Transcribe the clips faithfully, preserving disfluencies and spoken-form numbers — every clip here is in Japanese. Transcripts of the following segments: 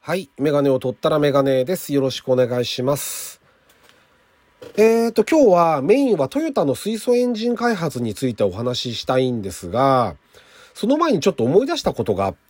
はい。メガネを取ったらメガネです。よろしくお願いします。えーと、今日はメインはトヨタの水素エンジン開発についてお話ししたいんですが、その前にちょっと思い出したことがあって、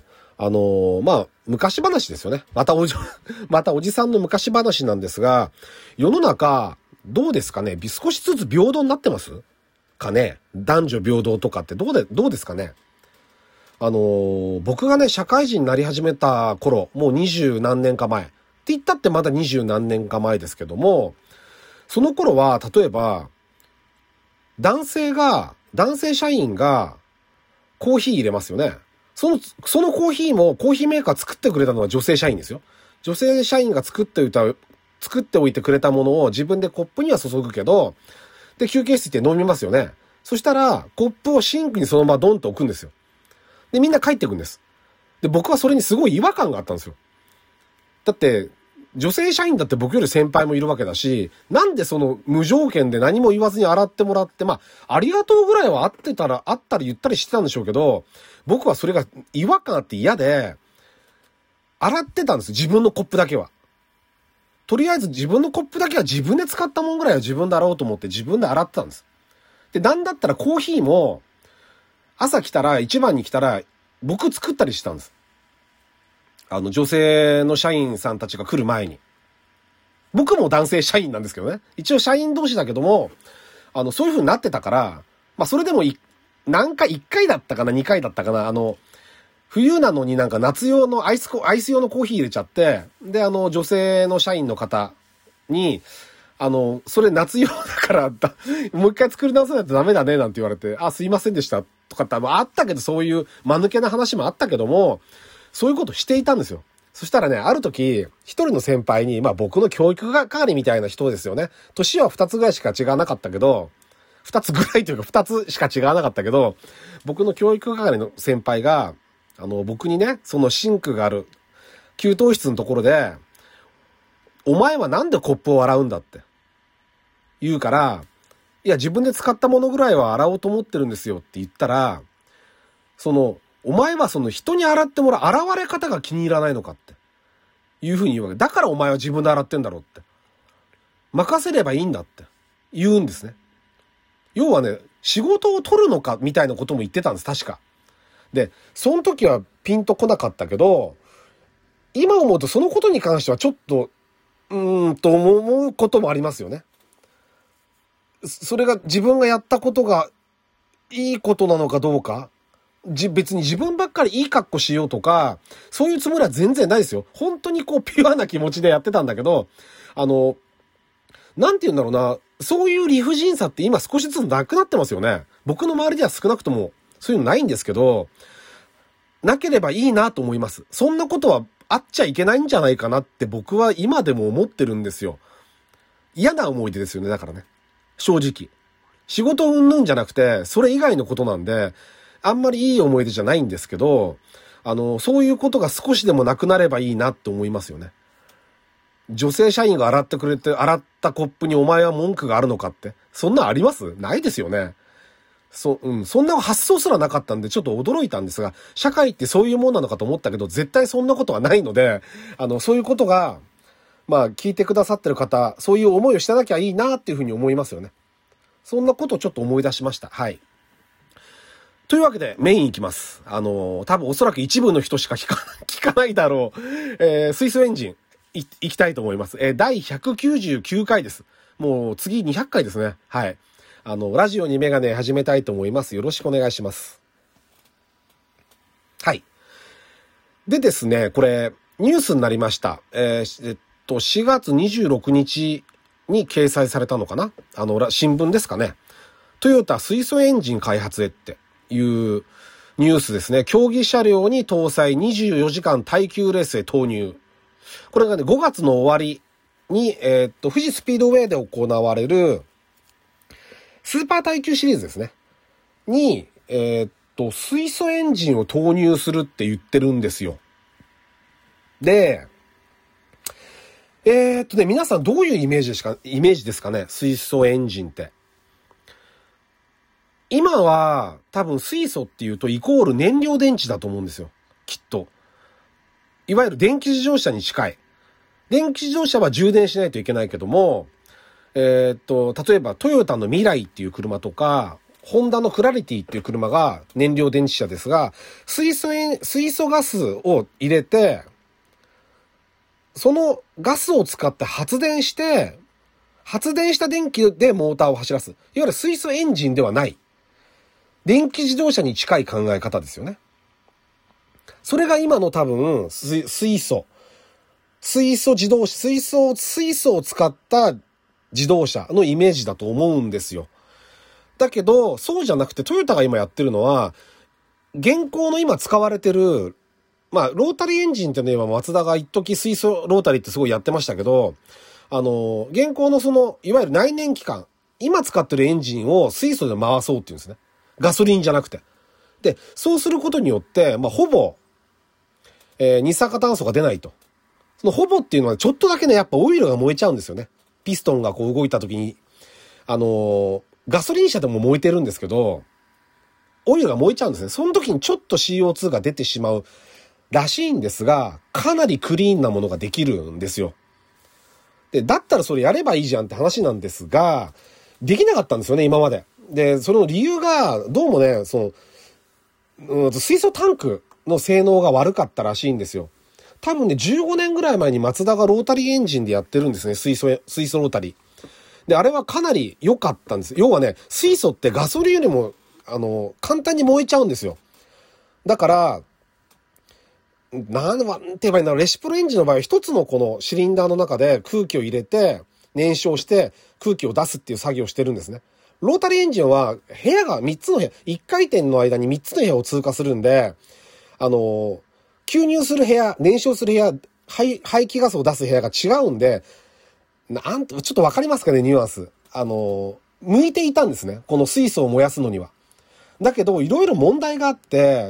あのー、まあ、昔話ですよね。またおじ、またおじさんの昔話なんですが、世の中、どうですかね？少しずつ平等になってますかね？男女平等とかってどうで、どうですかね？あのー、僕がね、社会人になり始めた頃、もう二十何年か前。って言ったってまだ二十何年か前ですけども、その頃は、例えば、男性が、男性社員がコーヒー入れますよね。その、そのコーヒーも、コーヒーメーカー作ってくれたのは女性社員ですよ。女性社員が作っておいた、作っておいてくれたものを自分でコップには注ぐけど、で、休憩室行って飲みますよね。そしたら、コップをシンクにそのままドンと置くんですよ。で、みんな帰ってくんです。で、僕はそれにすごい違和感があったんですよ。だって、女性社員だって僕より先輩もいるわけだし、なんでその無条件で何も言わずに洗ってもらって、まあ、ありがとうぐらいはあってたら、あったり言ったりしてたんでしょうけど、僕はそれが違和感あって嫌で、洗ってたんです。自分のコップだけは。とりあえず自分のコップだけは自分で使ったもんぐらいは自分で洗おうと思って自分で洗ってたんです。で、なんだったらコーヒーも、朝来たら、一番に来たら、僕作ったりしたんです。あの、女性の社員さんたちが来る前に。僕も男性社員なんですけどね。一応社員同士だけども、あの、そういう風になってたから、まあ、それでもい、何回、いっかいだったかな、にかいだったかな、あの、冬なのになんか夏用のアイスコ、アイス用のコーヒー入れちゃって、で、あの、女性の社員の方に、あの、それ夏用だからだ、もう一回作り直さないとダメだね、なんて言われて、あ、すいませんでした、とかってあったけど、そういう間抜けな話もあったけども、そういうことしていたんですよ。そしたらね、ある時、一人の先輩に、まあ僕の教育係みたいな人ですよね。年は二つぐらいしか違わなかったけど、二つぐらいというか二つしか違わなかったけど、僕の教育係の先輩が、あの、僕にね、そのシンクがある、給湯室のところで、お前はなんでコップを洗うんだって言うから、いや自分で使ったものぐらいは洗おうと思ってるんですよって言ったら、その、お前はその人に洗ってもらう洗われ方が気に入らないのかっていうふうに言うわけ。だからお前は自分で洗ってんだろうって。任せればいいんだって言うんですね。要はね、仕事を取るのかみたいなことも言ってたんです、確か。で、その時はピンとこなかったけど、今思うとそのことに関してはちょっと、うーんと思うこともありますよね。それが自分がやったことがいいことなのかどうか。じ、別に自分ばっかりいい格好しようとか、そういうつもりは全然ないですよ。本当にこうピュアな気持ちでやってたんだけど、あの、なんて言うんだろうな、そういう理不尽さって今少しずつなくなってますよね。僕の周りでは少なくともそういうのないんですけど、なければいいなと思います。そんなことはあっちゃいけないんじゃないかなって僕は今でも思ってるんですよ。嫌な思い出ですよね、だからね。正直。仕事云々じゃなくて、それ以外のことなんで、あんまりいい思い出じゃないんですけど、あの、そういうことが少しでもなくなればいいなって思いますよね。女性社員が洗ってくれて、洗ったコップにお前は文句があるのかって。そんなあります？ないですよね。そ、うん、そんな発想すらなかったんでちょっと驚いたんですが、社会ってそういうもんなのかと思ったけど、絶対そんなことはないので、あの、そういうことが、まあ、聞いてくださってる方、そういう思いをしてなきゃいいなっていうふうに思いますよね。そんなことをちょっと思い出しました。はい。というわけでメインいきます。あのー、多分おそらく一部の人しか聞か、聞かないだろう。えー、水素エンジンい、いきたいと思います。えー、だいひゃくきゅうじゅうきゅうかいです。もう次にひゃっかいですね。はい。あの、ラジオにメガネ始めたいと思います。よろしくお願いします。はい。でですね、これ、ニュースになりました。えー、えっと、しがつにじゅうろくにちに掲載されたのかな？あの、新聞ですかね。トヨタ水素エンジン開発へっていうニュースですね。競技車両に搭載にじゅうよじかん耐久レースへ投入。これがね、ごがつの終わりに、えー、っと、富士スピードウェイで行われる、スーパー耐久シリーズですね。に、えー、っと、水素エンジンを投入するって言ってるんですよ。で、えー、っとね、皆さんどういうイメージですか、イメージですかね、水素エンジンって。今は多分水素っていうとイコール燃料電池だと思うんですよ。きっと。 いわゆる電気自動車に近い。電気自動車は充電しないといけないけども、えー、っと、例えばトヨタのミライっていう車とか、ホンダのクラリティっていう車が燃料電池車ですが、水素塩、水素ガスを入れて、そのガスを使って発電して、発電した電気でモーターを走らす。いわゆる水素エンジンではない。電気自動車に近い考え方ですよね。それが今の多分、水素。水素自動車、水素、水素を使った自動車のイメージだと思うんですよ。だけど、そうじゃなくてトヨタが今やってるのは、現行の今使われてる、まあ、ロータリーエンジンってね、今、マツダが一時水素ロータリーってすごいやってましたけど、あの、現行のその、いわゆる内燃機関、今使ってるエンジンを水素で回そうっていうんですね。ガソリンじゃなくて。で、そうすることによって、まあ、ほぼ、えー、二酸化炭素が出ないと。そのほぼっていうのはちょっとだけね、やっぱオイルが燃えちゃうんですよね。ピストンがこう動いた時に、あのー、ガソリン車でも燃えてるんですけど、オイルが燃えちゃうんですね。その時にちょっと シーオーツー が出てしまうらしいんですが、かなりクリーンなものができるんですよ。で、だったらそれやればいいじゃんって話なんですが、できなかったんですよね、今まで。で、その理由が、どうもね、その、うん、水素タンクの性能が悪かったらしいんですよ。多分ね、じゅうごねんぐらい前にマツダがロータリーエンジンでやってるんですね、水素、水素ロータリー。で、あれはかなり良かったんです。要はね、水素ってガソリンよりも、あの、簡単に燃えちゃうんですよ。だから、なんて言えばいいんだろう、レシプロエンジンの場合は一つのこのシリンダーの中で空気を入れて、燃焼して空気を出すっていう作業をしてるんですね。ロータリーエンジンは部屋がみっつの部屋、いっかい転の間にみっつの部屋を通過するんで、あの、吸入する部屋、燃焼する部屋、排、排気ガスを出す部屋が違うんで、なんと、ちょっとわかりますかね、ニュアンス。あの、向いていたんですね。この水素を燃やすのには。だけど、いろいろ問題があって、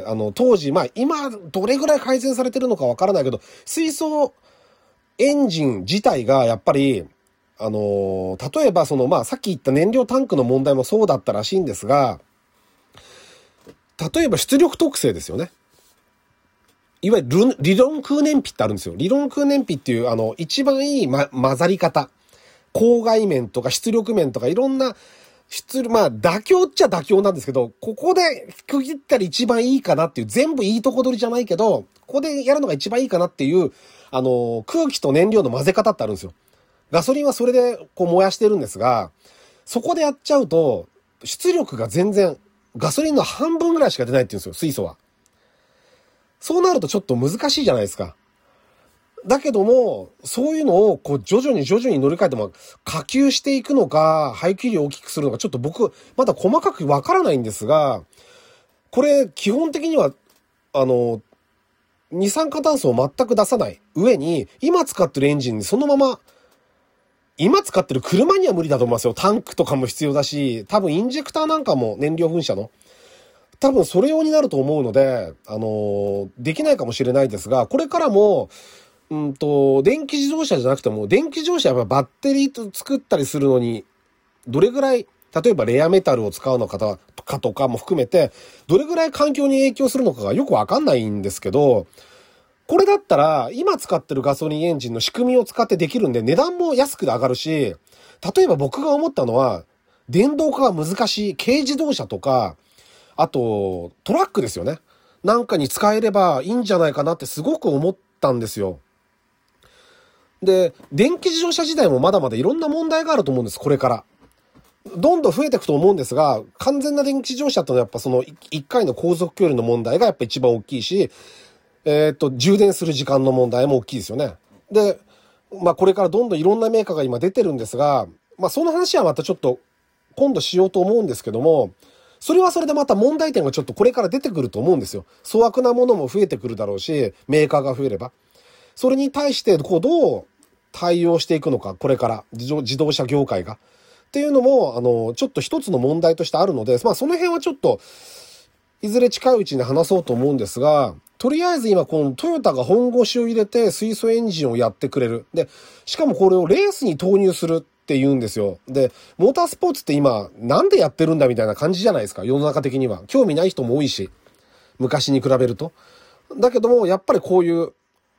あの、当時、まあ、今、どれぐらい改善されてるのかわからないけど、水素エンジン自体が、やっぱり、あの、例えば、その、まあ、さっき言った燃料タンクの問題もそうだったらしいんですが、例えば出力特性ですよね。いわゆる理論空燃費ってあるんですよ。理論空燃費っていう、あの、一番いい、ま、混ざり方。勾配面とか出力面とかいろんな、出力、まあ、妥協っちゃ妥協なんですけど、ここで区切ったら一番いいかなっていう、全部いいとこ取りじゃないけど、ここでやるのが一番いいかなっていう、あの、空気と燃料の混ぜ方ってあるんですよ。ガソリンはそれでこう燃やしてるんですが、そこでやっちゃうと、出力が全然、ガソリンの半分ぐらいしか出ないって言うんですよ、水素は。そうなるとちょっと難しいじゃないですか。だけども、そういうのをこう徐々に徐々に乗り換えても、下級していくのか、排気量を大きくするのか、ちょっと僕、まだ細かくわからないんですが、これ、基本的には、あの、二酸化炭素を全く出さない上に、今使ってるエンジンにそのまま、今使ってる車には無理だと思いますよ。タンクとかも必要だし、多分インジェクターなんかも燃料噴射の。多分それ用になると思うので、あの、できないかもしれないですが、これからも、うんと、電気自動車じゃなくても、電気自動車はバッテリー作ったりするのに、どれぐらい、例えばレアメタルを使うのかとかも含めて、どれぐらい環境に影響するのかがよくわかんないんですけど、これだったら、今使ってるガソリンエンジンの仕組みを使ってできるんで、値段も安く上がるし、例えば僕が思ったのは、電動化が難しい軽自動車とか、あと、トラックですよね。なんかに使えればいいんじゃないかなってすごく思ったんですよ。で、電気自動車自体もまだまだいろんな問題があると思うんです、これから。どんどん増えていくと思うんですが、完全な電気自動車ってのはやっぱそのいっかいの航続距離の問題がやっぱ一番大きいし、えっと、充電する時間の問題も大きいですよね。で、まあこれからどんどんいろんなメーカーが今出てるんですが、まあその話はまたちょっと今度しようと思うんですけども、それはそれでまた問題点がちょっとこれから出てくると思うんですよ。粗悪なものも増えてくるだろうし、メーカーが増えれば。それに対してこうどう対応していくのか、これから自動車業界が。っていうのも、あの、ちょっと一つの問題としてあるので、まあその辺はちょっと、いずれ近いうちに話そうと思うんですが、とりあえず今このトヨタが本腰を入れて水素エンジンをやってくれる。で、しかもこれをレースに投入するって言うんですよ。で、モータースポーツって今、なんでやってるんだみたいな感じじゃないですか。世の中的には。興味ない人も多いし。昔に比べると。だけども、やっぱりこういう、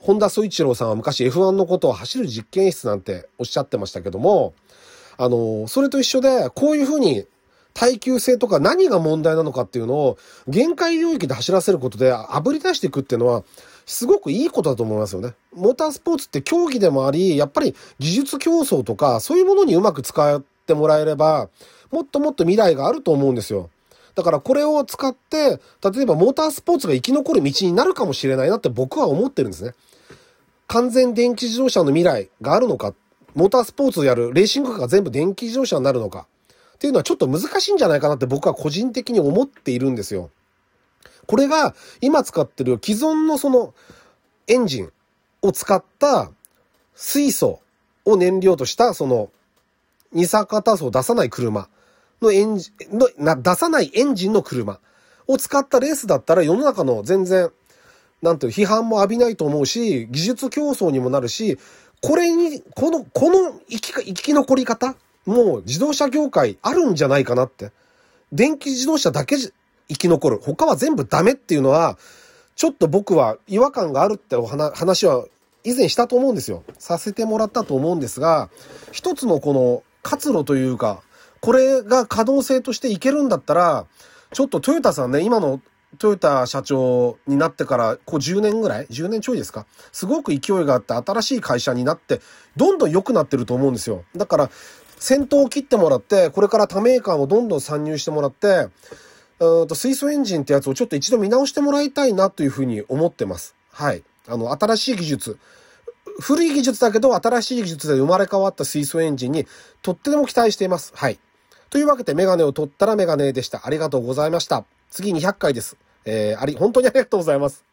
本田宗一郎さんは昔 エフワン のことを走る実験室なんておっしゃってましたけども、あの、それと一緒で、こういうふうに耐久性とか何が問題なのかっていうのを限界領域で走らせることで炙り出していくっていうのはすごくいいことだと思いますよね。モータースポーツって競技でもあり、やっぱり技術競争とかそういうものにうまく使ってもらえれば、もっともっと未来があると思うんですよ。だからこれを使って、例えばモータースポーツが生き残る道になるかもしれないなって僕は思ってるんですね。完全電気自動車の未来があるのか、モータースポーツをやるレーシングカーが全部電気自動車になるのかっていうのはちょっと難しいんじゃないかなって僕は個人的に思っているんですよ。これが今使ってる既存のそのエンジンを使った水素を燃料としたその二酸化炭素を出さない車のエンジンのな出さないエンジンの車を使ったレースだったら世の中の全然なんていう批判も浴びないと思うし、技術競争にもなるし、これにこのこの生き生き残り方もう自動車業界あるんじゃないかなって。電気自動車だけ生き残る。他は全部ダメっていうのは、ちょっと僕は違和感があるってお話は以前したと思うんですよ。させてもらったと思うんですが、一つのこの活路というか、これが可能性としていけるんだったら、ちょっとトヨタさんね、今のトヨタ社長になってからこうじゅうねんぐらい ?じゅうねんちょいですか、すごく勢いがあって新しい会社になってどんどん良くなってると思うんですよ。だから先頭を切ってもらって、これから他メーカーもどんどん参入してもらって、うんと水素エンジンってやつをちょっと一度見直してもらいたいなというふうに思ってます。はい。あの、新しい技術。古い技術だけど新しい技術で生まれ変わった水素エンジンにとっても期待しています。はい。というわけでメガネを取ったらメガネでした。ありがとうございました。次にひゃっかいです。えー、あり、本当にありがとうございます。